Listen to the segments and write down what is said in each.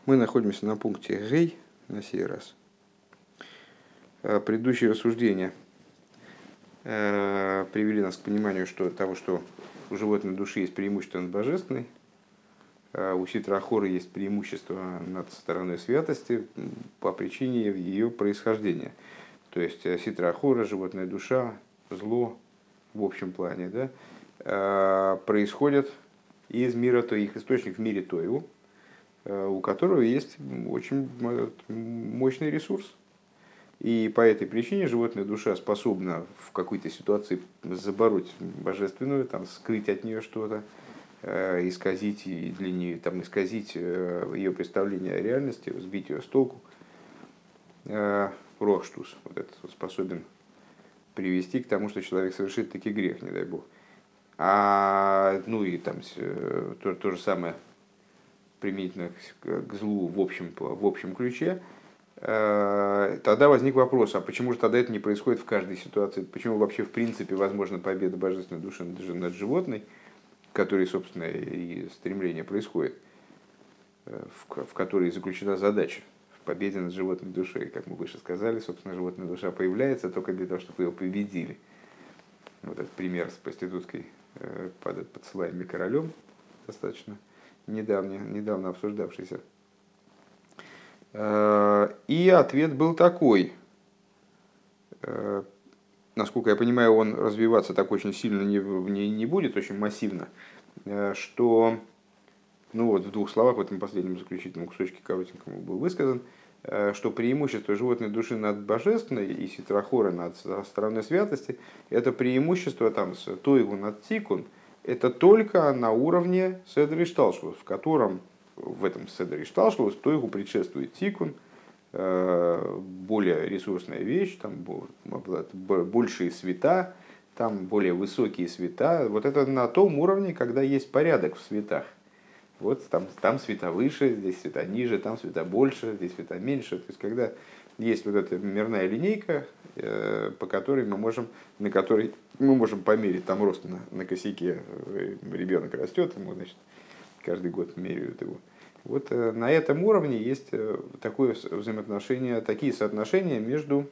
Мы находимся на пункте Гей на сей раз. Предыдущие рассуждения привели нас к пониманию того, что у животной души есть преимущество над божественной, у ситра ахора есть преимущество над стороной святости по причине ее происхождения. То есть ситра ахора, животная душа, зло в общем плане, да, происходят из мира, то их источник в мире Тоеву, у которого есть очень мощный ресурс. И по этой причине животная душа способна в какой-то ситуации забороть божественную, там, скрыть от нее что-то, исказить для нее, там, исказить ее представление о реальности, сбить ее с толку. Рохштус вот этот способен привести к тому, что человек совершит таки грех, не дай бог. Ну и там то же самое применительно к злу в общем ключе. Тогда возник вопрос, а почему же тогда это не происходит в каждой ситуации? Почему вообще в принципе возможна победа божественной души над животной, в которой, собственно, и стремление происходит, в которой заключена задача, в победе над животной душой, как мы выше сказали, собственно, животная душа появляется только для того, чтобы ее победили. Вот этот пример с проституткой под Слаем и королем, достаточно недавно обсуждавшийся. И ответ был такой, насколько я понимаю, он развиваться так очень сильно не будет, очень массивно, что, ну вот в двух словах в этом последнем заключительном кусочке коротенькому был высказан, что преимущество животной души над божественной и ситра ахора над стороной святости, это преимущество там с Тойгу над Тикун, это только на уровне Седер Ишталшелус, в котором в этом Седер Ишталшелус Тойгу предшествует Тикун, более ресурсная вещь, там большие света, там более высокие света. Вот это на том уровне, когда есть порядок в светах. Вот там света выше, здесь света ниже, там света больше, здесь света меньше. То есть когда есть вот эта мирная линейка, на которой мы можем померить там рост на косяке, ребенок растет, ему, значит, каждый год меряют его. Вот на этом уровне есть такое взаимоотношение, такие соотношения между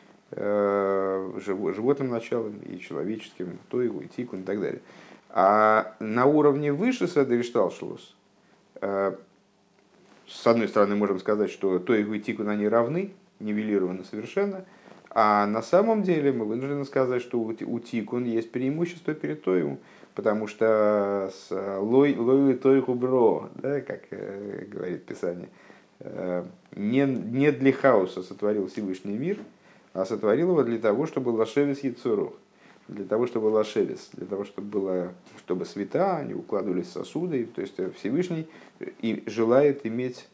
животным началом и человеческим, Тойгу и Тикун и так далее. А на уровне выше Седер Ишталшелус, с одной стороны, можем сказать, что Тойгу и Тикун они равны, нивелированы совершенно, а на самом деле мы вынуждены сказать, что у Тикун есть преимущество перед Тойгу, потому что с лой Тойгу бро, да, как говорит Писание, не для хаоса сотворил Всевышний мир, а сотворил его для того, чтобы лашевис яцурух, для того, чтобы лашевис, для того, чтобы света, они укладывались в сосуды. То есть Всевышний и желает иметь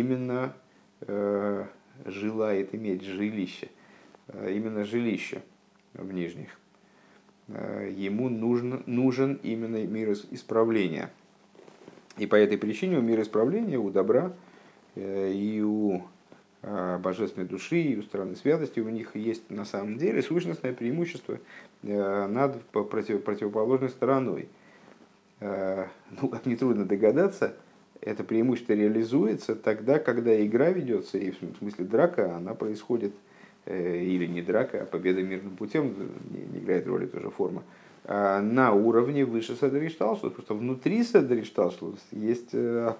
жилище, именно жилище в нижних. Ему нужен именно мир исправления. И по этой причине у мира исправления, у добра и у божественной души, и у стороны святости у них есть на самом деле сущностное преимущество над противоположной стороной. Ну, как нетрудно догадаться, это преимущество реализуется тогда, когда игра ведется, и в смысле драка, она происходит, или не драка, а победа мирным путем, не играет роли тоже форма, на уровне выше Седер Ишталшелус, потому что внутри Седер Ишталшелус есть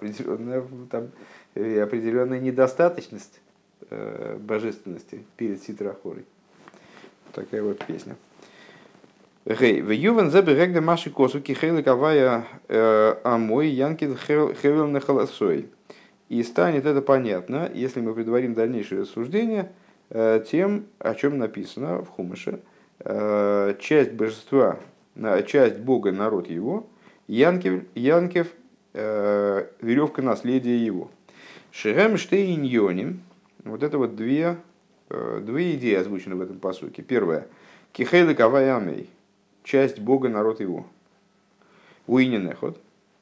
определенная недостаточность божественности перед ситра ахорой. Такая вот песня. Гей, в Ювен зебе регде маши косу кихейлы кавая амой янкин хевел нахаласой. И станет это понятно, если мы предварим дальнейшее рассуждение тем, о чем написано в Хумаше. Часть божества, часть Бога, народ его, Янкев, веревка наследия его. Шерем штейньоним. Вот это вот две идеи озвучены в этом пасуке. Первая. Кихейлы кавай амей. Часть Бога, народ его. Уиненехот.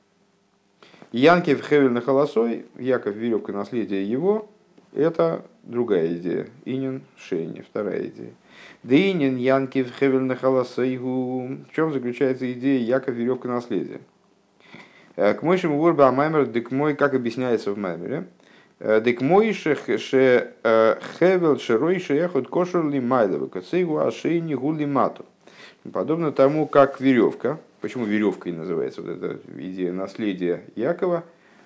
Янкев хевель нахаласой. Яков веревка наследия его. Это другая идея. Инин шейни. Вторая идея. Дейнин Янкев хевель нахаласой. В чем заключается идея Яков веревка наследия? К мойшему ворба маймер дек мой, как объясняется в маймере. Дек мойше ше хевел широйше ехот кошер ли майловы, кацейгу ашейни гули мату. Подобно тому, как веревка, почему веревкой называется вот эта идея наследия Якова,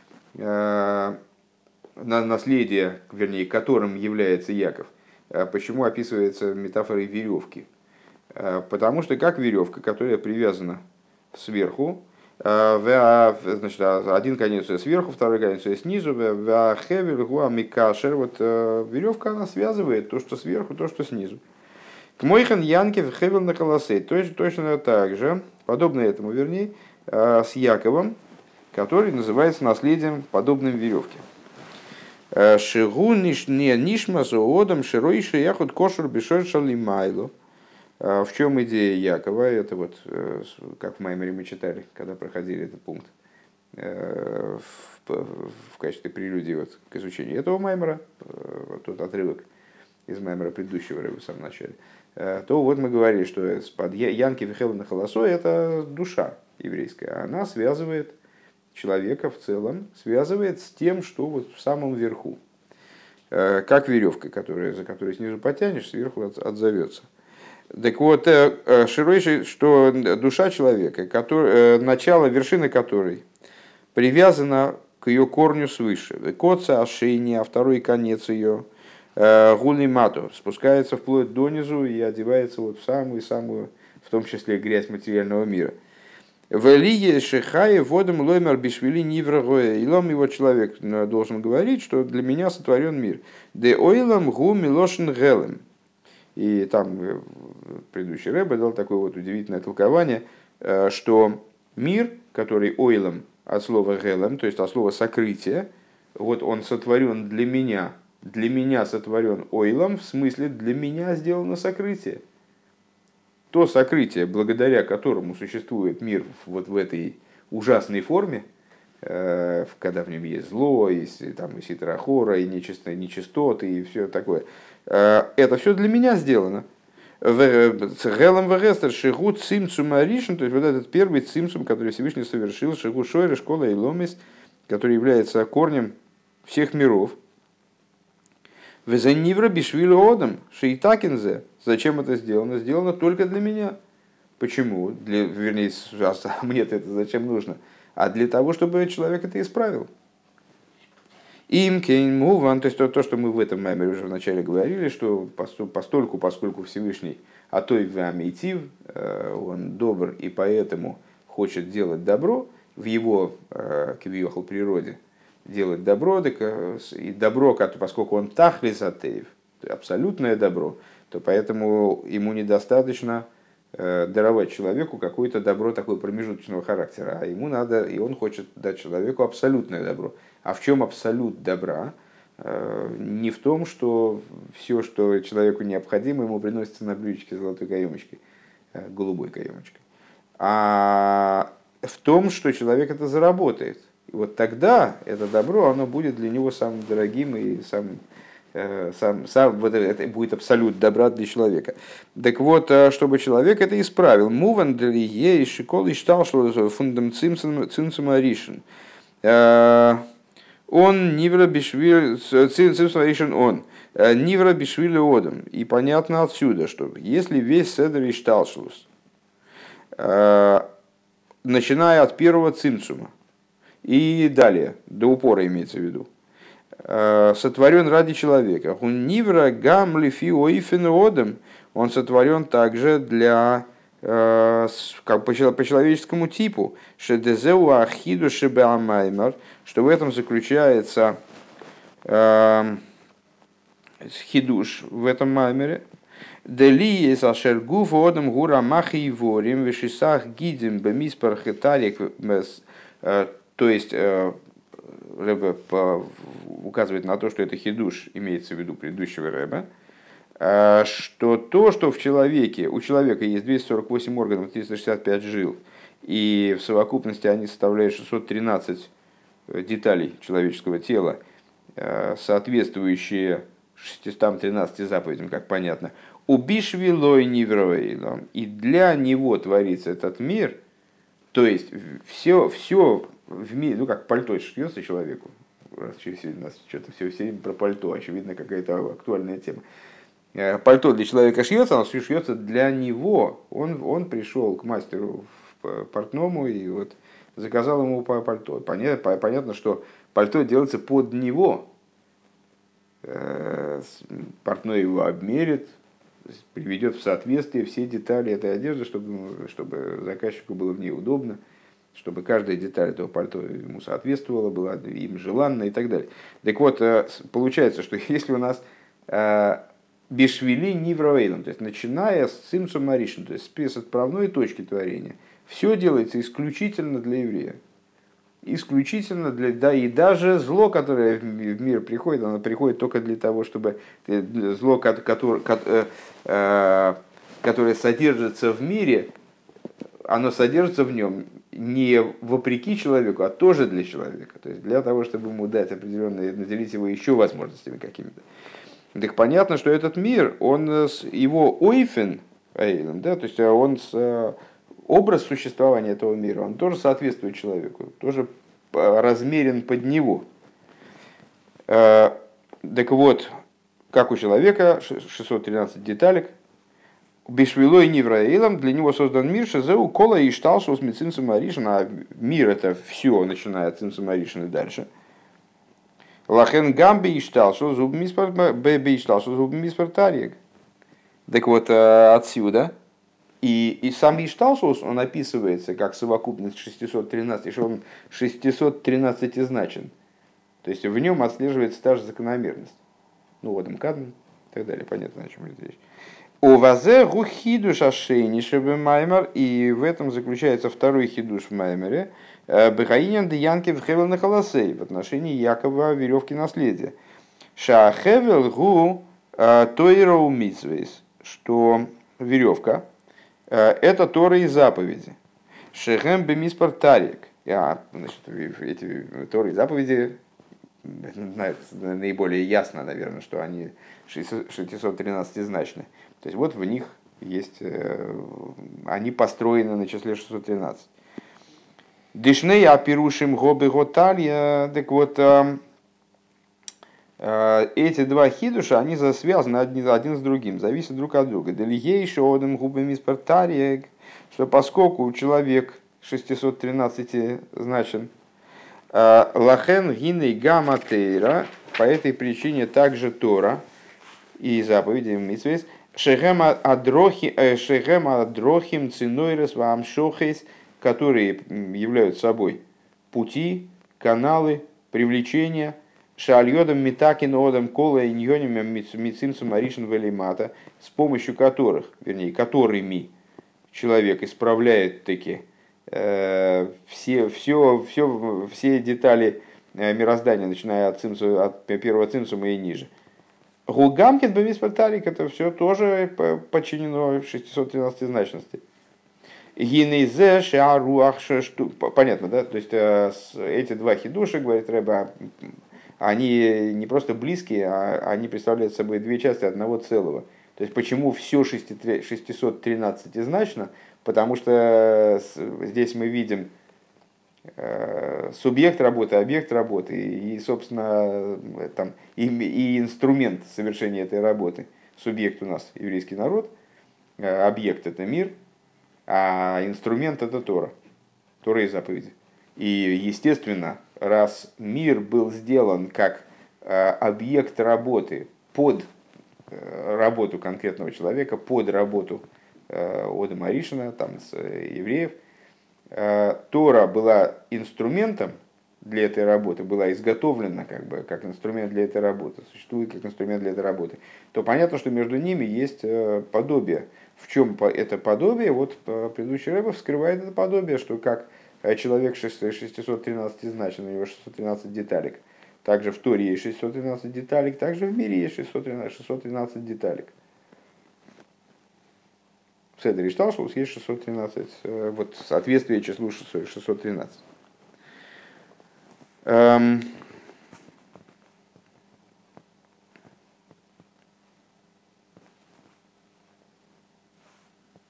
наследие, вернее, которым является Яков, почему описывается метафорой веревки? Потому что как веревка, которая привязана сверху, значит, один конец ее сверху, второй конец ее снизу, микашер, вот веревка, она связывает то, что сверху, то, что снизу. К мойхан янке в хевел на колосей, точно так же, подобно этому, вернее, с Яковом, который называется наследием, подобным веревке. Шигу не нишма соодом широйши яхот кошер бешер шалимайло. В чем идея Якова? Это вот, как в Маймере мы читали, когда проходили этот пункт в качестве прелюдии вот к изучению этого Маймера, тот отрывок из Маймера предыдущего в самом начале, то вот мы говорили, что под Янки Вихелна Холосой это душа еврейская. Она связывает человека в целом, связывает с тем, что вот в самом верху. Как веревка, за которой снизу потянешь, сверху отзовется. Так вот, широйший, что душа человека, начало, вершины которой привязана к ее корню свыше. Коца, ошейни, а второй конец ее, гули мату, спускается вплоть донизу и одевается вот в самую-самую, в том числе грязь материального мира. В лиге шихае водом лоймер бишвили ниврагоя. Илом его человек должен говорить, что для меня сотворен мир. Де ойлам гу милошин гелем. И там предыдущий рэбе дал такое вот удивительное толкование, что мир, который ойлом от слова гелем, то есть от слова сокрытие, вот он сотворен для меня сотворен ойлом, в смысле для меня сделано сокрытие. То сокрытие, благодаря которому существует мир вот в этой ужасной форме, когда в нем есть зло, и ситрахора, и нечистоты, и все такое, это все для меня сделано. Гелом вегестер шигу цимцум аришин, то есть вот этот первый цимцум, который Всевышний совершил, шигу шойра, школа и ломис, который является корнем всех миров. Везенивра бишвилю одам шейтакинзе. Зачем это сделано? Сделано только для меня. Почему? Вернее, мне-то это зачем нужно? А для того, чтобы человек это исправил. Им кейн муван, то есть то, что мы в этом маймере уже вначале говорили, что поскольку Всевышний атой вамитив, он добр и поэтому хочет делать добро в его кивьехал природе, делать добро, и добро, поскольку он тахлис атеев, абсолютное добро, то поэтому ему недостаточно даровать человеку какое-то добро такое промежуточного характера, а ему надо, и он хочет дать человеку абсолютное добро. А в чем абсолют добра? Не в том, что все, что человеку необходимо, ему приносится на блюдечке с золотой каемочкой, голубой каемочкой, а в том, что человек это заработает. И вот тогда это добро, оно будет для него самым дорогим и самым вот это будет абсолют добра для человека. Так вот, чтобы человек это исправил, муван длие и шикол и штал, что фундам цимцум аришин. Он нивра бишвиль цимцум аришин он. Нивра бишвиль одам. И понятно отсюда, что если весь седер и шталшлус, начиная от первого цимцума и далее, до упора имеется в виду, сотворен ради человека. Он нивра гамли фиоифен одам. Он сотворен также для как по человеческому типу. Шедезеу ахиду шебеамаймар, что в этом заключается хидуш в этом маймере. Дели из ашергу водом гура махи и ворим вешисах гидим бемиспар хетарик. То есть Рэбе указывает на то, что это хидуш, имеется в виду предыдущего Рэбе, что то, что у человека есть 248 органов, 365 жил, и в совокупности они составляют 613 деталей человеческого тела, соответствующие 613 заповедям, как понятно, убишвилой нивровейлом, и для него творится этот мир, то есть все в мире, ну как пальто шьется человеку, Сегодня у нас что-то все время про пальто, очевидно, какая-то актуальная тема. Пальто для человека шьется, оно шьется для него. Он пришел к мастеру портному и вот заказал ему пальто. Понятно, что пальто делается под него. Портной его обмерит, приведет в соответствие все детали этой одежды, чтобы заказчику было в ней удобно, чтобы каждая деталь этого пальто ему соответствовала, была им желанна и так далее. Так вот, получается, что если у нас бешвили нивровейном, то есть начиная с цимсум маришин, то есть с отправной точки творения, все делается исключительно для еврея. Исключительно для, да, и даже зло, которое в мир приходит, оно приходит только для того, чтобы зло, которое содержится в мире, оно содержится в нем не вопреки человеку, а тоже для человека. То есть для того, чтобы ему дать определенные, наделить его еще возможностями какими-то. Так понятно, что этот мир, он его ойфен, да, то есть он образ существования этого мира, он тоже соответствует человеку, тоже размерен под него. Так вот, как у человека, 613 деталек, Бешвилой Нивраилом, для него создан мир, Шазеу Кола и Шталшус Мицинцем Маришин, а мир это все, начиная от Цинцем Маришин и дальше. Лахен Гамби и Шталшус зуб Миспартарик. Так вот, отсюда. И сам Ишталшус, он описывается как совокупность 613, что он 613 значен. То есть в нем отслеживается та же закономерность. Ну вот Кадман и так далее, понятно, о чем идет речь. У вазе гухидуш ашейнишебе маймер, и в этом заключается второй хидуш в маймере, бехаинен де янки в хевел на холосей, в отношении Якова веревки наследия. Шахевел гу тойроу митсвейс, что веревка это Тора и заповеди. Шехем бемиспар тарик. Эти Торы и заповеди наиболее ясно, наверное, что они 613-значны. То есть вот в них есть, они построены на числе 613. Дишней апирушим гобы готалья. Так вот, эти два хидуша, они связаны один с другим, зависят друг от друга. Делигейши одем губами спартариек, что поскольку человек 613 значен, лахен гиней гамма тейра, по этой причине также Тора и заповеди митцвейс, шехем адрохим цинойрес ваамшохейс, которые являются собой пути, каналы, привлечения, шальодом метакин одам кола и ньонями мицимсу маришин велимата, с помощью которых, вернее, которыми человек исправляет таки все детали мироздания, начиная от первого цимсума и ниже. Гугамкин бемиспартарик, это все тоже подчинено 613 значности. Гинейзе шаруах шешту. Понятно, да? То есть эти два хидуша, говорит Рэбе, они не просто близкие, а они представляют собой две части одного целого. То есть почему все 613 значно? Потому что здесь мы видим субъект работы, объект работы и, собственно, там, и инструмент совершения этой работы. Субъект у нас еврейский народ, объект это мир, а инструмент это Тора, Тора и заповеди. И, естественно, раз мир был сделан как объект работы под работу конкретного человека, под работу Ода Маришина, там, с евреев, Тора была инструментом для этой работы, была изготовлена как инструмент для этой работы, существует как инструмент для этой работы, то понятно, что между ними есть подобие. В чем это подобие? Вот предыдущий рэбе вскрывает это подобие, что как человек 613 значен, у него 613 деталек. Также в Торе есть 613 деталек, также в мире есть 613 деталек. В Седере Шталшус есть 613, вот соответствие числу 613.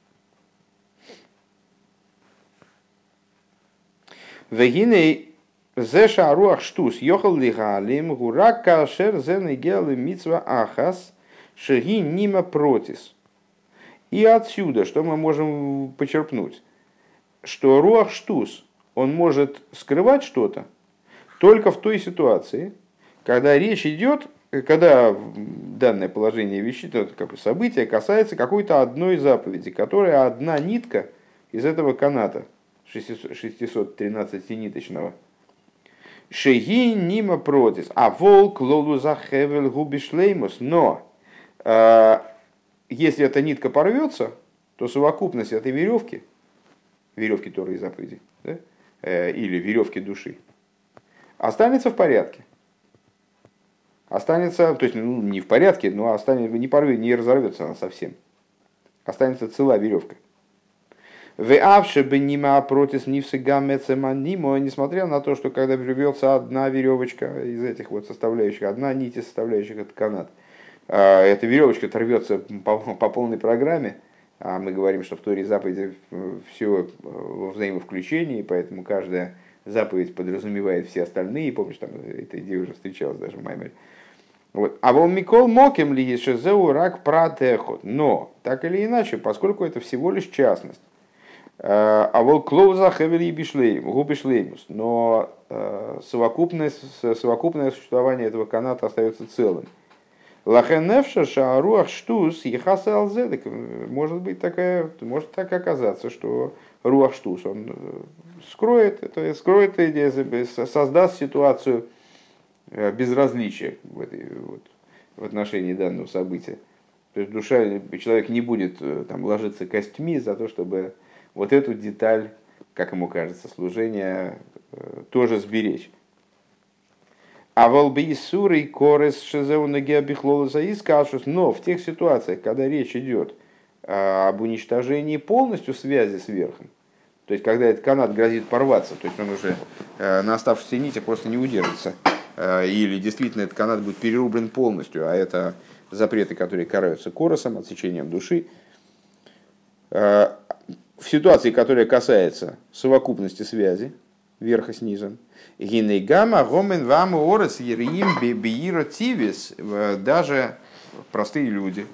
Вегиней Зеша руах штус йохал лигалим гурак кашер зенегелы мицва ахас шеги нима протис. И отсюда, что мы можем почерпнуть? Что руах штус, он может скрывать что-то только в той ситуации, когда речь идет, когда данное положение вещей, как бы событие касается какой-то одной заповеди, которая одна нитка из этого каната 613-ниточного. Шеги нима протис, а волк лолуза хевел губишлеймус. Но если эта нитка порвется, то совокупность этой веревки Торы и заповедей, да, или веревки души, останется в порядке. Останется, то есть не в порядке, но останется, не разорвется она совсем. Останется цела веревка. Несмотря на то, что когда рвется одна веревочка из этих вот составляющих, одна нить из составляющих этот канат, эта веревочка рвется по полной программе, а мы говорим, что в Торе заповеди все во взаимовключении, поэтому каждая заповедь подразумевает все остальные. Помнишь, там эта идея уже встречалась даже в Маймере. Вот. А вол микол мокем ли ешезеу рак пратехот. Но, так или иначе, поскольку это всего лишь частность, а вол клоуза хевели губишлеймус, но совокупное существование этого каната остается целым. Лахеневша шааруах штус ехаса алзедек. Может так оказаться, что руах штус, он создаст ситуацию безразличия в отношении данного события. То есть человек не будет там ложиться костьми за то, чтобы вот эту деталь, как ему кажется, служения тоже сберечь. А волбейсурой корес шизеунагиабихлолозаискашус, но в тех ситуациях, когда речь идет об уничтожении полностью связи с верхом, то есть когда этот канат грозит порваться, то есть он уже на оставшейся нити просто не удержится, или действительно этот канат будет перерублен полностью, а это запреты, которые караются коросом, отсечением души. В ситуации, которая касается совокупности связи верха с низом, даже простые люди,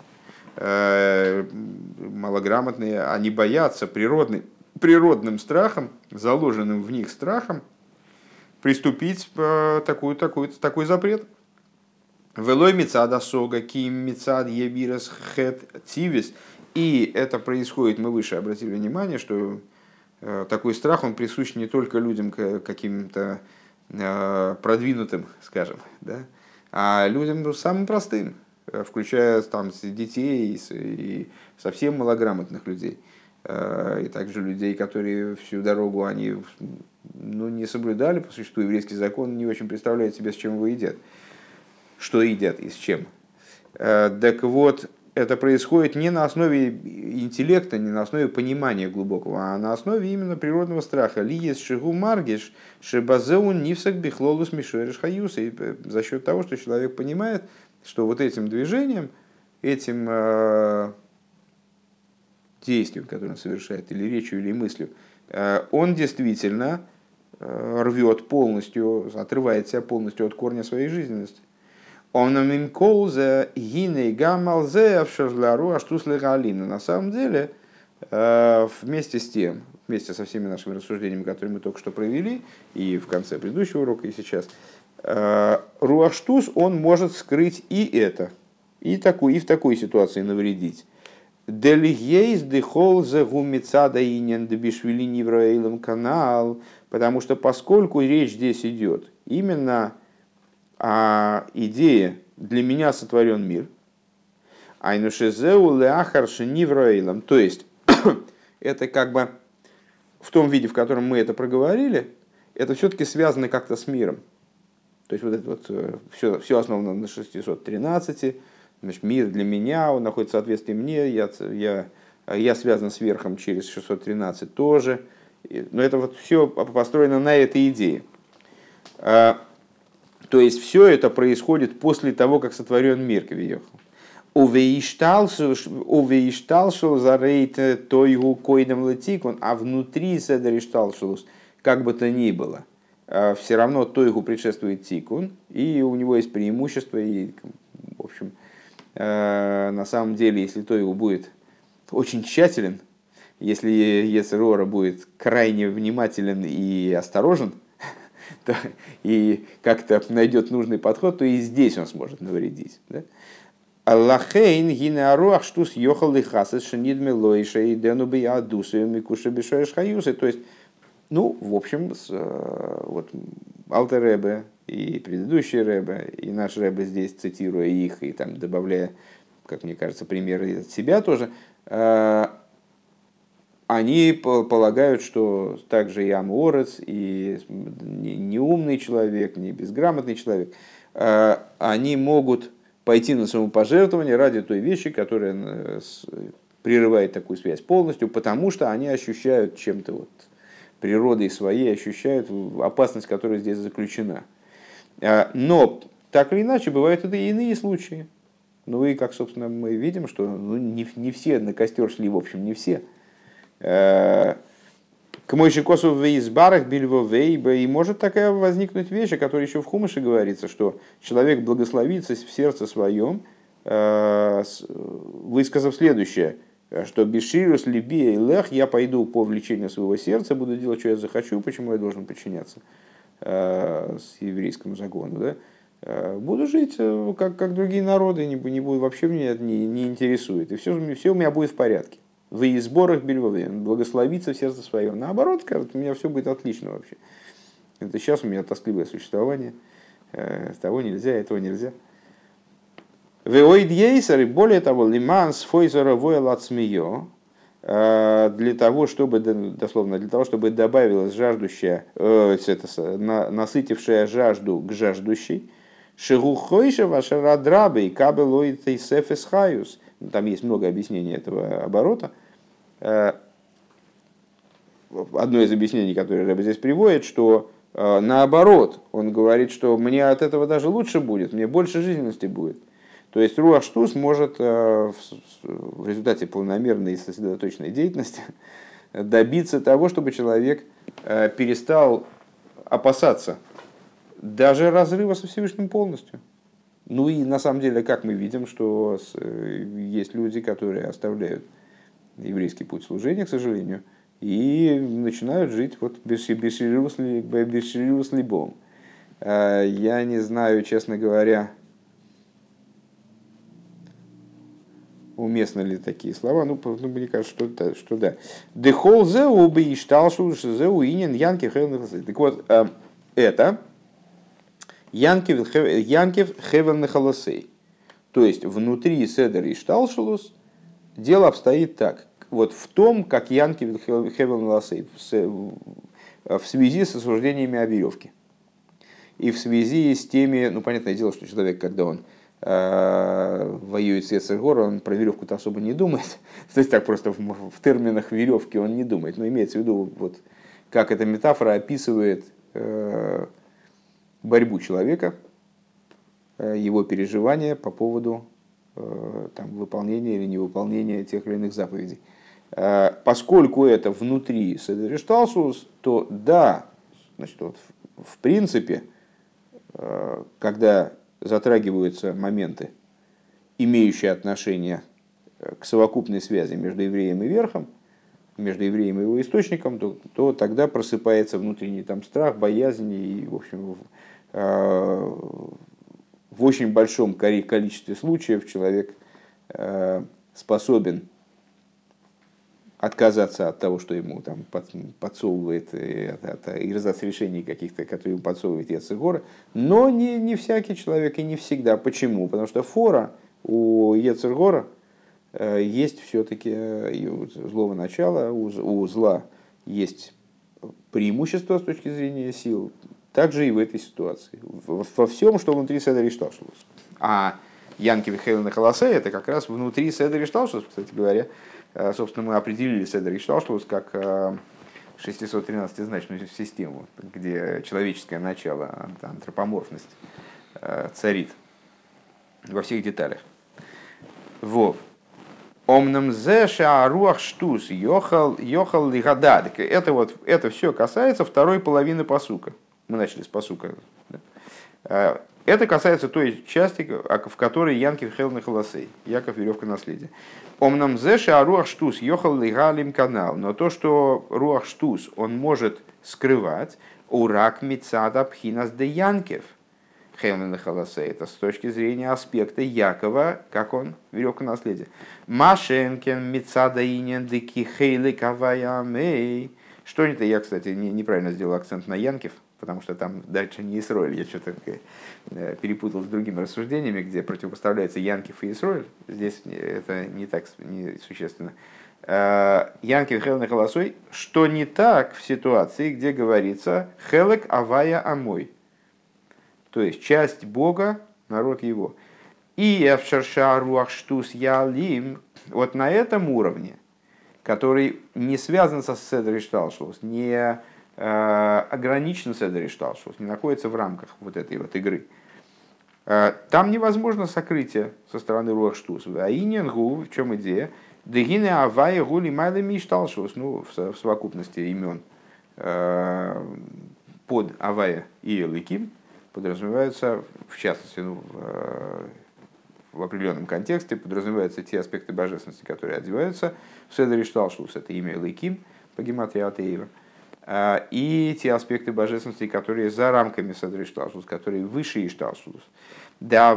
малограмотные, они боятся природным страхом, заложенным в них страхом, приступить такой запрет. Велой мицад асога ким мицад ебирас хет тивис. И это происходит, мы выше обратили внимание, что такой страх, он присущ не только людям каким-то продвинутым, скажем, да, а людям самым простым, включая там детей и совсем малограмотных людей. И также людей, которые всю дорогу они не соблюдали по существу еврейский закон, не очень представляют себе, с чем его едят. Что едят и с чем. Так вот, это происходит не на основе интеллекта, не на основе понимания глубокого, а на основе именно природного страха. Лиес шигу маргиш шебазеун нивсак бихлолус мишериш хаюс. И за счет того, что человек понимает, что вот этим движением, этим действием, которое он совершает, или речью, или мыслью, он действительно рвет полностью, отрывает себя полностью от корня своей жизненности. На самом деле, вместе с тем, вместе со всеми нашими рассуждениями, которые мы только что провели, и в конце предыдущего урока, и сейчас, руаштус, он может скрыть и это, и в такой ситуации навредить. Потому что поскольку речь здесь идет именно о идее «для меня сотворен мир», то есть это как бы в том виде, в котором мы это проговорили, это все-таки связано как-то с миром. То есть вот это вот все основано на 613, значит, мир для меня, он находится в соответствии мне, я связан с верхом через 613 тоже. Но это вот все построено на этой идее. То есть все это происходит после того, как сотворен мир, кавиехал. А внутри седеришталшелус, как бы то ни было, все равно тойгу предшествует тикун, и у него есть преимущество, и, в общем, на самом деле, если тойгу будет очень тщателен, если йецер ора будет крайне внимателен и осторожен, то, и как-то найдет нужный подход, то и здесь он сможет навредить. Да? Аллахейн гинеаруах штус йохал и хасес шенидме лоиша и денуби адусы микуша бешоеш хаюсы. То есть, ну, в общем, вот Алтер Ребе и предыдущий Ребе, и наш Ребе здесь, цитируя их, и там добавляя, как мне кажется, примеры от себя тоже, они полагают, что также и Аморец, и неумный человек, не безграмотный человек, они могут пойти на самопожертвование ради той вещи, которая прерывает такую связь полностью, потому что они ощущают чем-то вот природой своей, ощущают опасность, которая здесь заключена. Но так или иначе бывают это и иные случаи. Ну и как, собственно, мы видим, что не все на костер шли, в общем, не все. К мойши косу в избарах бельвовейба, и может такая возникнуть вещь, о которой еще в Хумаше говорится, что человек благословится в сердце своем, высказав следующее, что беширус либи и лех, я пойду по влечению своего сердца, буду делать, что я захочу, почему я должен подчиняться с еврейскому закону, да? Буду жить как другие народы, не буду, вообще меня это не интересует, и все у меня будет в порядке. В изборах бельвове, благословиться в сердце своем. Наоборот, кажется, у меня все будет отлично вообще. Это сейчас у меня тоскливое существование. Того нельзя, этого нельзя. Веоидьейсер, и более того, лиманс фойзера войлацмио, для того, чтобы, дословно, для того, чтобы добавилась жаждущая, насытившая жажду к жаждущей, шигухойша ваша радрабы и кабелоид и сефесхаюс. Там есть много объяснений этого оборота. Одно из объяснений, которое Ребе здесь приводит, что наоборот, он говорит, что мне от этого даже лучше будет, мне больше жизненности будет. То есть руах штус может в результате планомерной и сосредоточенной деятельности добиться того, чтобы человек перестал опасаться даже разрыва со Всевышним полностью. Ну и на самом деле, как мы видим, что есть люди, которые оставляют еврейский путь служения, к сожалению, и начинают жить вот беширус либом. Я не знаю, честно говоря, уместны ли такие слова. Ну, мне кажется, что да. Дехол зеу бы ишталшу зеу инин янки хевен. Так вот, это Янкев хевен холосей. То есть внутри седер и шталшелус дело обстоит так. Вот в том, как Янкев хевен холосей в связи с осуждениями о веревке. И в связи с теми, ну, понятное дело, что человек, когда он воюет с йецер гора, он про веревку-то особо не думает. То есть так просто в терминах веревки он не думает. Но имеется в виду, вот, как эта метафора описывает борьбу человека, его переживания по поводу там, выполнения или невыполнения тех или иных заповедей. Поскольку это внутри седер шталшус, то да, значит, вот, в принципе, когда затрагиваются моменты, имеющие отношение к совокупной связи между евреем и верхом, между евреем и его источником, то тогда просыпается внутренний там страх, боязнь, и, в общем, в очень большом количестве случаев человек способен отказаться от того, что ему там подсовывает, от решений каких-то, которые ему подсовывает йецер гора, но не всякий человек и не всегда. Почему? Потому что фора у йецер гора есть все-таки у злого начала, у зла есть преимущество с точки зрения сил, также и в этой ситуации. Во всем, что внутри седер и шталшус. А Янки Вихейлен Холосей — это как раз внутри седер и шталшус, кстати говоря. Собственно, мы определили седер и шталшус как 613-значную систему, где человеческое начало, антропоморфность царит во всех деталях. Вов. Омнам зе шааруах штус йохал лигадад. Это все касается второй половины пасука. Мы начали с пасука. Это касается той части, в которой Янкив хелны холосей, Яков веревка наследия. Омнам зеша руах штус йохал лигалим канал. Но то, что руах штус он может скрывать, урак мицада пхинас де Янкив хелны холосей. Это с точки зрения аспекта Якова, как он веревка наследия. Машенкен мицада инен деки хейли кавая мей. Что это? Я, кстати, неправильно сделал акцент на Янкив, потому что там дальше не Исроэль. Я что-то перепутал с другими рассуждениями, где противопоставляется Янкив и Исроэль. Здесь это не так не существенно. Янкив хелны холосой, что не так в ситуации, где говорится хелек авая амой, то есть часть Бога, народ его. И эвшерша руах штус ялим, вот на этом уровне, который не связан со седер и шталшус, не ограничен седер и шталшус, не находится в рамках вот этой вот игры. Там невозможно сокрытие со стороны руах штус. А иненгу, в чем идея? Дегине авая гули майдами и шталшус, ну, в совокупности имен под авая и эликим подразумеваются, в частности, в определенном контексте, подразумеваются те аспекты божественности, которые одеваются в седер и шталшус, это имя эликим по гематрии Атеева, и те аспекты божественности, которые за рамками седер и шталшус, которые выше и шталшус. На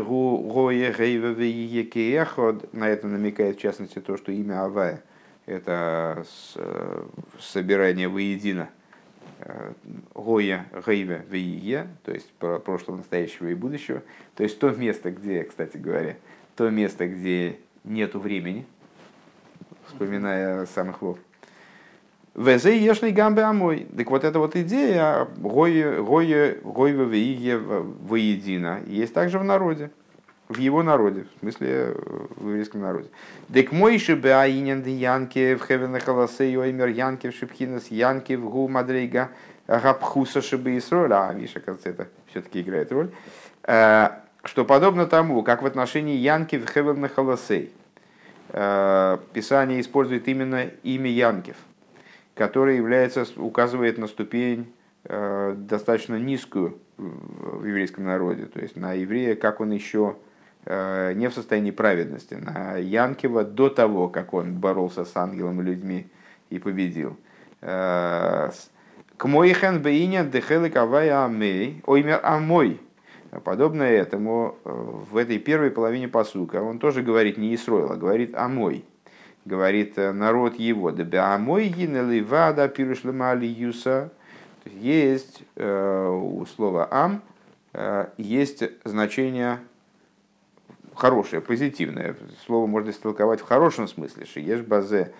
это намекает, в частности, то, что имя Авая – это собирание воедино Гоя, Гейве, Вие, то есть прошлого, настоящего и будущего. То есть то место, где, кстати говоря, то место, где нету времени, вспоминая самых вов. Везе ешный гамбе амой. Так вот эта вот идея Гойве, Вие воедино есть также в народе, в его народе, в смысле в еврейском народе. Дек мойши беаинен де янки в хевене холосей оймер янки в шипхинес янки в гу мадрейга гапхуса шибы Исроэль. А, видишь, оказывается, это все-таки играет роль. Что подобно тому, как в отношении янки в хевене холосей Писание использует именно имя Янкив, который указывает на ступень достаточно низкую в еврейском народе, то есть на еврея, как он еще не в состоянии праведности, на Янкива до того, как он боролся с ангелом и людьми и победил. К моихен бейня дехелек авая амей, оймер амой. Подобно этому в этой первой половине пасука он тоже говорит не Исроэл, а говорит амой. Говорит народ его. Дебе амой гинеливада пирушлема алиюса. Есть у слова ам есть значение хорошее, позитивное. Слово можно истолковать в хорошем смысле. Шиеш базе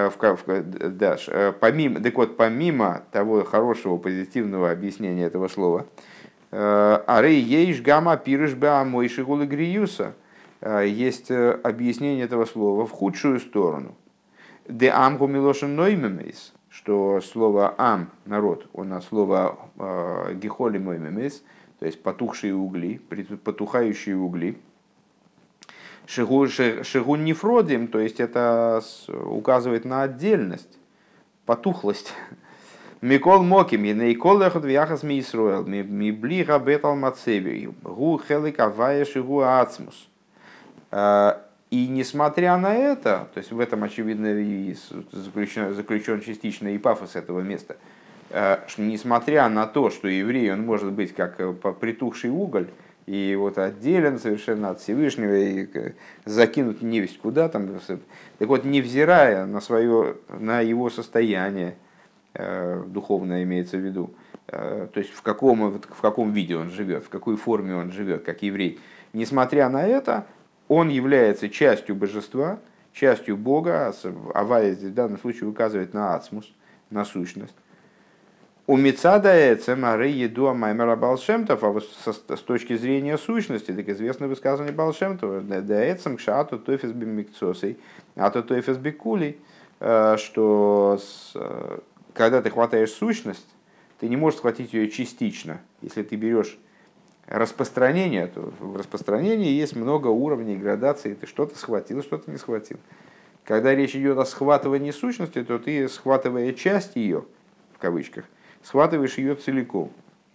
помимо того хорошего, позитивного объяснения этого слова, арей ейш гама пирыш ба мойши гулы гриюса, есть объяснение этого слова в худшую сторону. Де амгу милошен ноймемейс, что слово ам, народ, он от слова гихоли моймемейс, то есть потухшие угли, потухающие угли. Шигун нефродим, то есть это указывает на отдельность, потухлость. Микол моким, енейкол эхот вяхас ми Исроэл, ми блига бетал мацеви, гу хелик авая шигу ацмус. И несмотря на это, то есть в этом, очевидно, и заключен частично и пафос этого места, что несмотря на то, что еврей, он может быть как притухший уголь, и вот отделен совершенно от Всевышнего, и закинут невесть куда там, так вот, невзирая на его состояние, духовное имеется в виду, то есть в каком виде он живет, в какой форме он живет, как еврей, несмотря на это, он является частью божества, частью Бога. Авая здесь в данном случае указывает на ацмус, на сущность. У Мицада Эцемары еду Маймера Балшемтов, а вот с точки зрения сущности, так известно высказывание Балшемтова, да Эцем кшату тофис бимикцосей, а то тофис бикулей, что когда ты хватаешь сущность, ты не можешь схватить ее частично. Если ты берешь распространение, то в распространении есть много уровней, градаций, ты что-то схватил, что-то не схватил. Когда речь идет о схватывании сущности, то ты, схватывая часть ее, в кавычках, схватываешь ее целиком.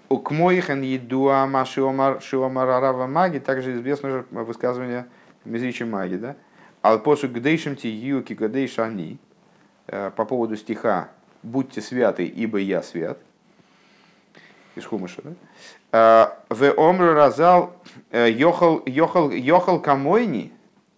к моихен едуама шиомар маги, также известно же высказывание Мизричи Маги, да? Алпосу гдейшим ти юки гдейш они, по поводу стиха «Будьте святы, ибо я свят», из Хумыша, да? В омру разал йохал камойни,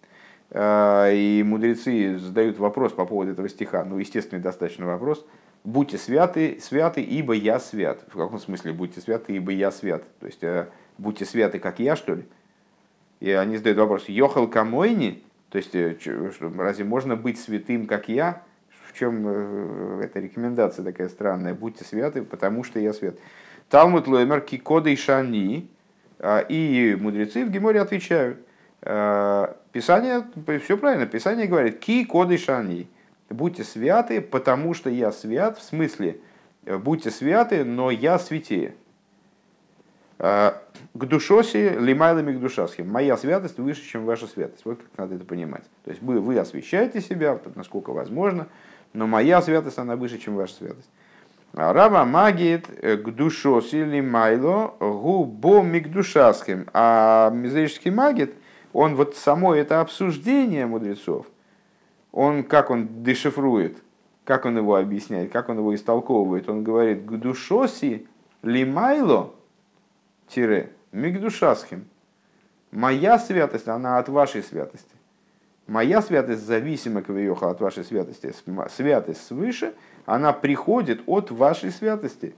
и мудрецы задают вопрос по поводу этого стиха, ну, естественный достаточно вопрос. Будьте святы, святы, ибо я свят. В каком смысле будьте святы, ибо я свят? То есть, будьте святы, как я, что ли? И они задают вопрос, йохал камойни, то есть, разве можно быть святым, как я? В чем эта рекомендация такая странная? Будьте святы, потому что я свят. Талмуд лоймер кикодей шани, и мудрецы в Геморе отвечают, Писание, все правильно, Писание говорит, ки кодей шани, будьте святы, потому что я свят, в смысле, будьте святы, но я святее. К душоси лимайлами к душасхим. Моя святость выше, чем ваша святость. Вот как надо это понимать. То есть вы освящаете себя, насколько возможно, но моя святость, она выше, чем ваша святость. Рава магит к душоси лимайло губо мигдушасхим. А мизерический магит, он вот само это обсуждение мудрецов, как он дешифрует, как он его объясняет, как он его истолковывает. Он говорит, к душоси лимайло тире мигдушасхим. Моя святость, она от вашей святости. Моя святость зависима кавиоха от вашей святости. Святость свыше, она приходит от вашей святости.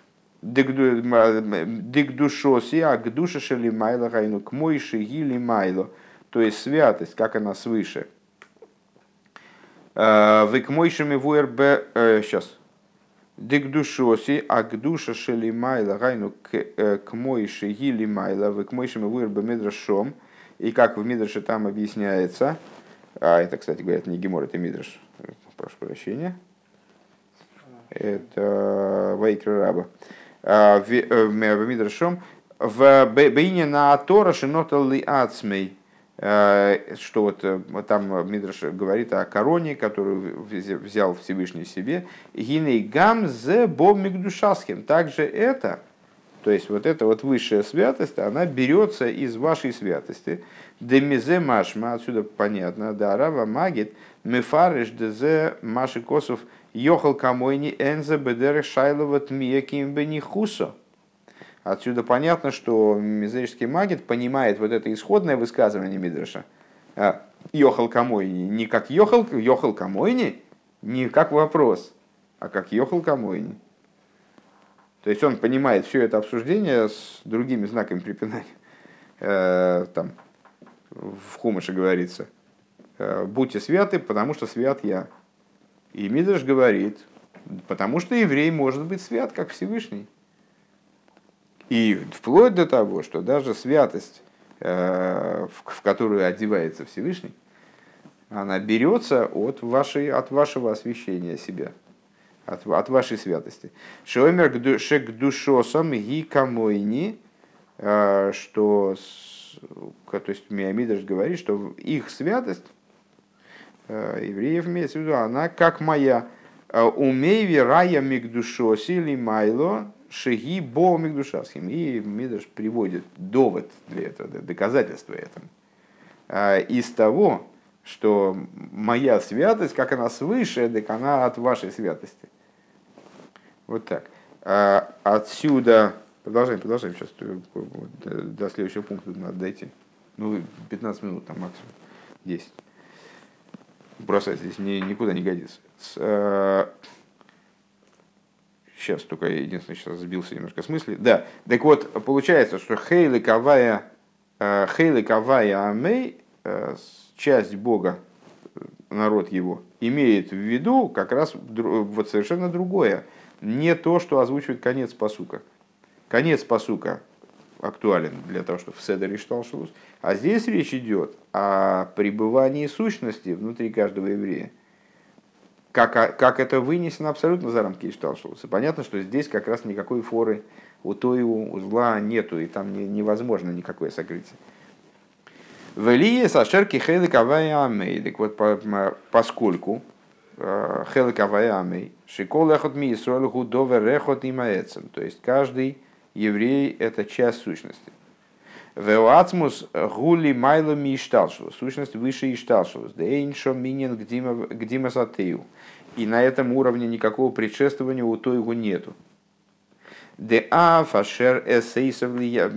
Дикдушоси, а к душе шели майло гайну, к мойши гили майло. То есть святость, как она свыше. Вы к мойшими вуэрбе... Сейчас. Дикдушоси, а к душе шели майло гайну, к мойши гили майло. Вы к мойшими вуэрбе мидрашом. И как в Мидраше там объясняется... это, кстати говоря, это не Гемор, это Мидраш. Прошу прощения. Это Вайкра Раба. В Мидрашом в Бейне на Тора шинотал ли ацмей, что вот там Мидраш говорит о короне, которую взял Всевышний себе. Гиней гам зе бо мигдушасхим. Также это, то есть вот эта вот высшая святость, она берется из вашей святости. Демизе машма, отсюда понятно, да, рава магит, мефариш дезе маши косов йохал камойни энзе бедере шайлова тмия кимбени хусо. Отсюда понятно, что мизерический магит понимает вот это исходное высказывание Мидраша. Йохал камойни, не как йохал камойни, не как вопрос, а как йохал камойни. То есть он понимает все это обсуждение с другими знаками препинания. Там в Хумыше говорится, будьте святы, потому что свят я. И Мидраш говорит, потому что еврей может быть свят, как Всевышний. И вплоть до того, что даже святость, в которую одевается Всевышний, она берется от вашего освящения себя, от вашей святости. Шоэмер шек душосом ги камойни, что, то есть Мидраш говорит, что их святость, евреев имеется в виду, она как моя. Умейви рая мигдушоси ли майло шеги бо мигдушасхим. И Мидраш приводит довод для этого, доказательство этому. Из того, что моя святость, как она свыше, так она от вашей святости. Вот так. Отсюда... Продолжаем. Сейчас до следующего пункта надо дойти. 15 минут там максимум. 10. Бросать здесь никуда не годится. Сейчас только единственное, сейчас сбился немножко с мысли. Да, так вот, получается, что Хейли Кавая Амей, часть Бога, народ его, имеет в виду как раз вот совершенно другое. Не то, что озвучивает конец пасука. Конец пасука актуален для того, чтобы в Седере Шталшелус. А здесь речь идет о пребывании сущности внутри каждого еврея. Как это вынесено абсолютно за рамки Шталшелуса. Понятно, что здесь как раз никакой форы у той, у зла нету, и там невозможно никакое сокрытие. Велие сашерки хеликавая амей. Так вот, поскольку хеликавая амей, шикол эхот ми исроль худове рехот имаэцем. То есть каждый еврей – это часть сущности. Веоацмус гули майло ми ишталшус. Сущность выше ишталшус. Дейншо минин гдимасатею. И на этом уровне никакого предшествования у тойгу нету. Де афашер ахейсов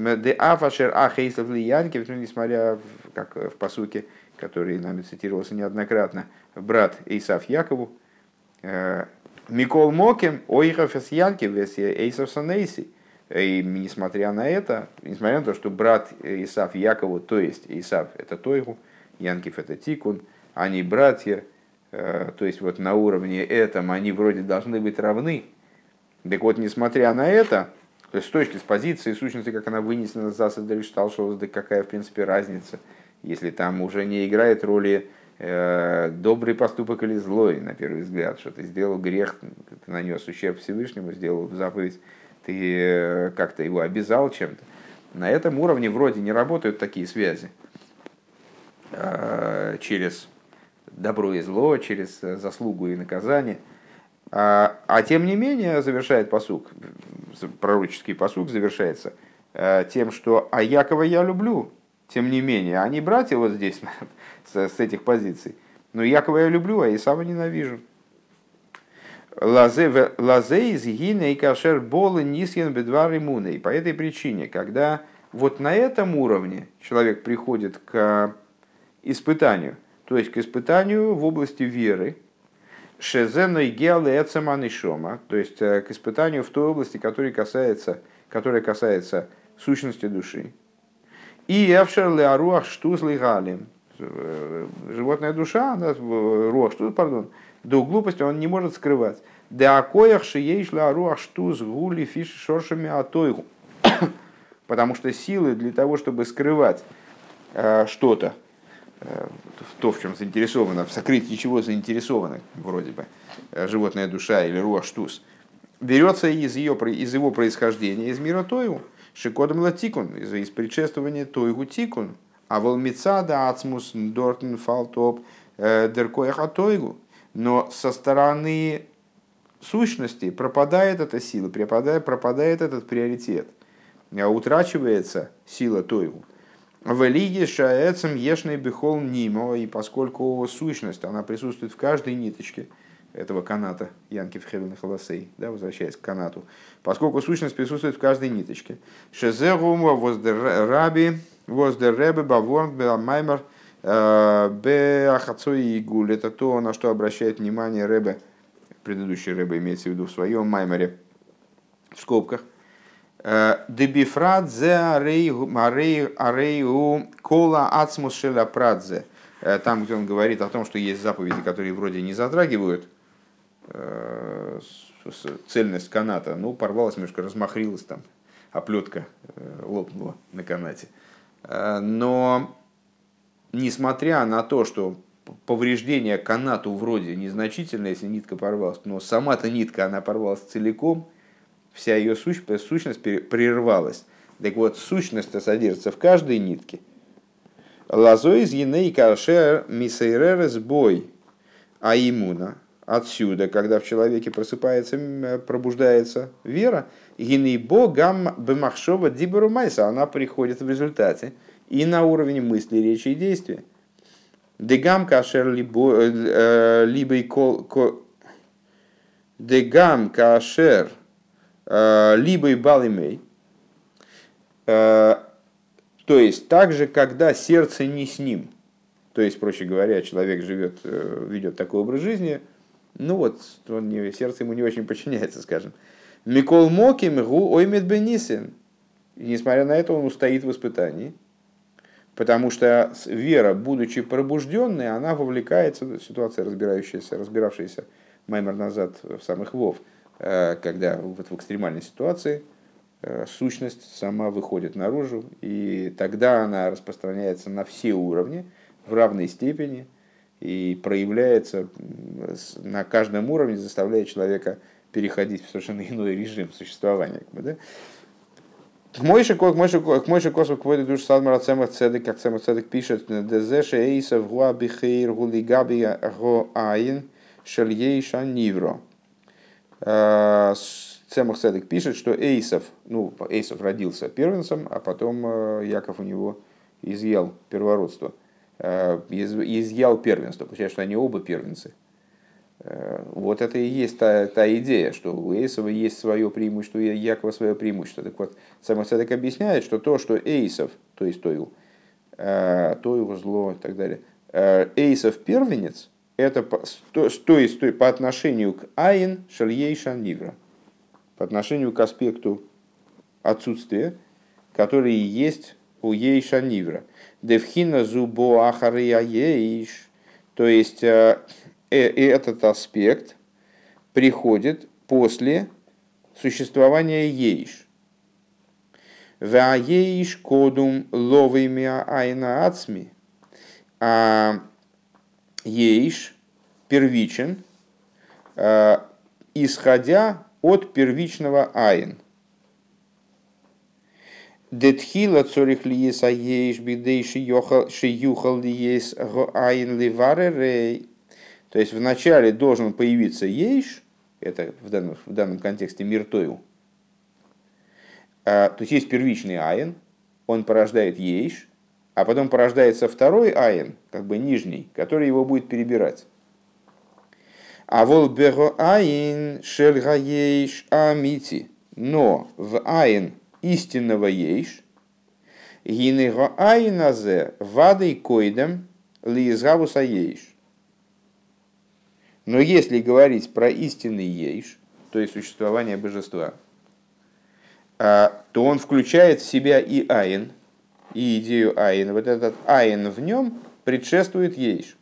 влиянки, несмотря, как в пасуке, который нами цитировался неоднократно, брат Эйсав Якову, Микол Моким, ойхов эсьянки, Эйсав санейси. И несмотря на это, несмотря на то, что брат Исав Якову, то есть Исав это Тойгу, Янкив это Тикун, они братья, то есть вот на уровне этом они вроде должны быть равны. Так вот, несмотря на это, то есть с точки с позиции сущности, как она вынесена за Садришталшоус, да какая в принципе разница, если там уже не играет роли добрый поступок или злой, на первый взгляд, что ты сделал грех, ты нанес ущерб Всевышнему, сделал заповедь, ты как-то его обязал чем-то. На этом уровне вроде не работают такие связи через добро и зло, через заслугу и наказание. А тем не менее завершает пасук, пророческий пасук завершается тем, что «а Якова я люблю». Тем не менее, они братья вот здесь, с этих позиций. Но Якова я люблю, а Исава ненавижу. Лазе из гина и кашер болы нисьен бедвар имуны. И по этой причине, когда вот на этом уровне человек приходит к испытанию, то есть к испытанию в области веры, шезеной геалы эцеманишома, то есть к испытанию в той области, которая касается сущности души. И эвшер леаруах штуз лигалим. Животная душа, руах штуз, пардон, до глупости он не может скрывать. Да акоях шией шла руах штуз гули фиш шоршами атойгу. Потому что силы для того, чтобы скрывать что-то, то, в чем заинтересована, в сокрытии чего заинтересована, вроде бы, животная душа или руах штуз, берется из его происхождения, из мира Тойгу, шикодом латикун, из предшествования Тойгу тикун, а волмицада ацмус дортен фалтоп деркоеха Тойгу. Но со стороны сущности пропадает эта сила, пропадает этот приоритет, утрачивается сила Тойгу. В Элиге шаэцем ешный бихол нимо, и поскольку сущность, она присутствует в каждой ниточке этого каната, Янкив Хевен Холосей, да, возвращаясь к канату, поскольку сущность присутствует в каждой ниточке. Шезерума воздерраби, воздерребе баворн беамаймер беахацой и гуль. Это то, на что обращает внимание Ребе, предыдущий Ребе имеется в виду в своем маймере, в скобках. Дебифрат зе арейу кола ацмус шеля прадзе. Там, где он говорит о том, что есть заповеди, которые вроде не затрагивают цельность каната, ну, порвалась, немножко размахрилась там, оплетка лопнула на канате. Но, несмотря на то, что повреждение канату вроде незначительное, если нитка порвалась, но сама-то нитка, она порвалась целиком, вся ее сущность прервалась. Так вот, сущность-то содержится в каждой нитке. Лазой из еней кашер мисейререс бой аимуна. Отсюда, когда в человеке просыпается, пробуждается вера, гинейбо гам бемахшова диберу майса, она приходит в результате и на уровне мысли, речи и действия. Дегам кашер либо дегам кашер либо и балимей. То есть, также, когда сердце не с ним. То есть, проще говоря, человек ведет такой образ жизни, ну вот, сердце ему не очень подчиняется, скажем. Микол Моким гу оймет бенисен. Несмотря на это, он устоит в испытании. Потому что вера, будучи пробужденной, она вовлекается, ситуация разбиравшаяся маймер назад в самых Вов, когда в экстремальной ситуации сущность сама выходит наружу, и тогда она распространяется на все уровни в равной степени и проявляется на каждом уровне, заставляя человека переходить в совершенно иной режим существования. К Мойше Косов к воде душ Садмара Цемах Цедек, как Цемах Цедек пишет, Дезеше Эйсов Гуа Бихейр Гулигаби Го Айн Шельей Шанивро. Цемах Цедек пишет, что Эйсов родился первенцем, а потом Яков у него изъял первородство, изъял первенство. Получается, что они оба первенцы. Вот это и есть та идея, что у Эйсова есть свое преимущество, и у Якова свое преимущество. Так вот, Цемах Цедек объясняет, что то, что Эйсов, то есть Тоил, зло и так далее, Эйсов первенец, это по отношению к Айн Шельейша Нивра, по отношению к аспекту отсутствия, который есть у Ейша Нивра. Девхина зубо ахария ейш, то есть этот аспект приходит после существования ейш. Ва ейш кодум ловимя айна ацми, а ейш первичен, исходя от первичного айн. Детхила цорих ли ес аейш бидей шиюхал ли ес айн ливаререй. То есть вначале должен появиться ейш, это в данном контексте мир Тоил. То есть есть первичный айн, он порождает ейш, а потом порождается второй айн, как бы нижний, который его будет перебирать. А волбего айн шельга ейш амити. Но в айн истинного ейш гинего айназе вадой койдем лиизгавуса ейш. Но если говорить про истинный ейш, то есть существование божества, то он включает в себя и айн, и идею айн. Вот этот айн в нем предшествует ейш.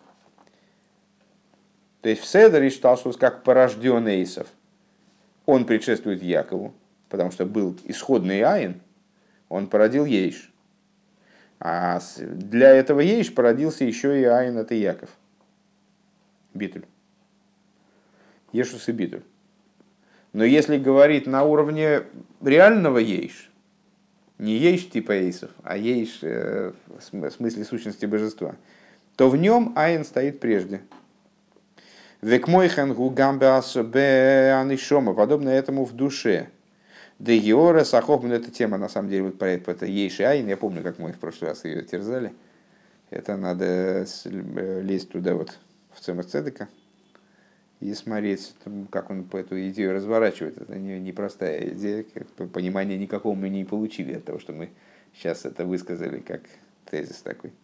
То есть в Седер Ишталшус, как порожден Эйсов, он предшествует Якову, потому что был исходный айн, он породил ейш. А для этого ейш породился еще и айн, это Яков. Битуль. Ешус и Битуль. Но если говорить на уровне реального ейш, не ейш типа эйсов, а ейш в смысле сущности божества, то в нем айн стоит прежде. Векмойхан гугамбеас бе анишома, подобно этому в душе. Де Геора Сахохман, эта тема на самом деле вот про это ейш и айн. Я помню, как мы в прошлый раз ее терзали. Это надо лезть туда вот в Цемах Цедека и смотреть, как он по эту идею разворачивает. Это непростая идея, понимания никакого мы не получили от того, что мы сейчас это высказали как тезис такой.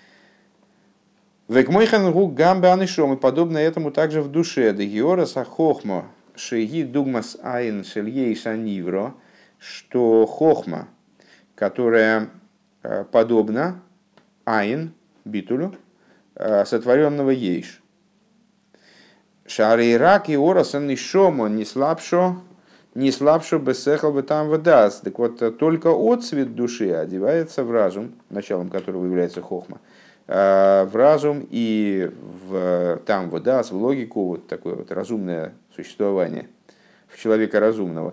Векмойхан гу гамбе анишом, и подобно этому также в душе. Де Геора Сахохма шеги дугмас айн шельей шанивро, что хохма, которая подобна айн, битулю, сотворенного ейш. Шарейрак и орасан нишомо не слабшо бесехал бы там выдаст. Так вот, только отцвет души одевается в разум, началом которого является хохма, в разум и там выдаст, в логику, вот такое вот разумное существование, в человека разумного.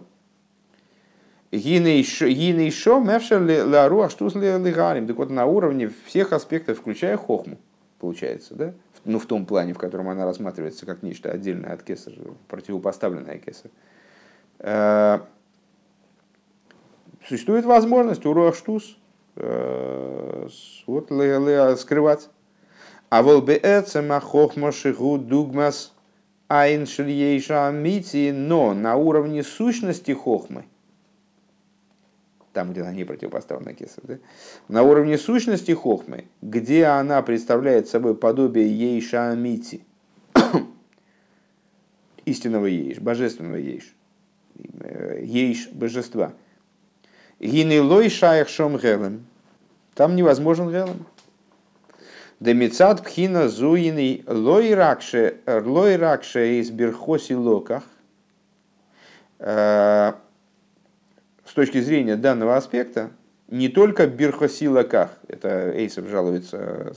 Гинейшо мевшер лару аштус лигарим. Так вот, на уровне всех аспектов, включая хохму, получается, да? Ну, в том плане, в котором она рассматривается как нечто отдельное от кесар, противопоставленное кесар. Существует возможность уруах штус вот скрывать. А волбеэцема хохма шигу дугмас айн шельейша мити, но на уровне сущности хохмы, там, где она не противопоставлена кесар, да? На уровне сущности хохмы, где она представляет собой подобие ейша амити, истинного ейш, божественного ейш, ейш божества. Гины лой шаях шом гелем, там невозможен гелем. Демицат пхина зуиный лой ракше из берхоси локах. С точки зрения данного аспекта, не только бирхоси локах, это Эйсов жалуется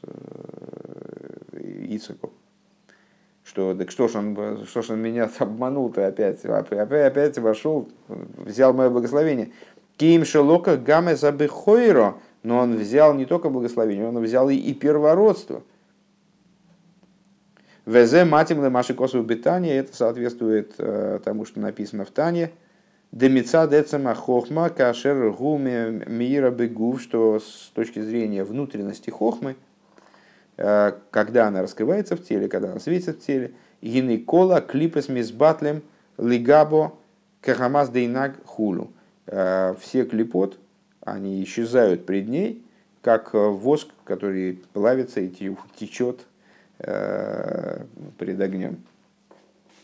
Ицхаку, что ж он меня обманул-то опять вошел, взял мое благословение. Ким шелока гаме забехойро, но он взял не только благословение, он взял и первородство. Везе матим ле маши косу бетания, это соответствует тому, что написано в Тане. Демица децема хохма кашер гуме мира бегув, что с точки зрения внутренности хохмы, когда она раскрывается в теле, когда она светится в теле, гинекола клипес мисбатлем лигабо кахамас дейнаг хулу. Все клипот, они исчезают пред ней, как воск, который плавится и течет перед огнем.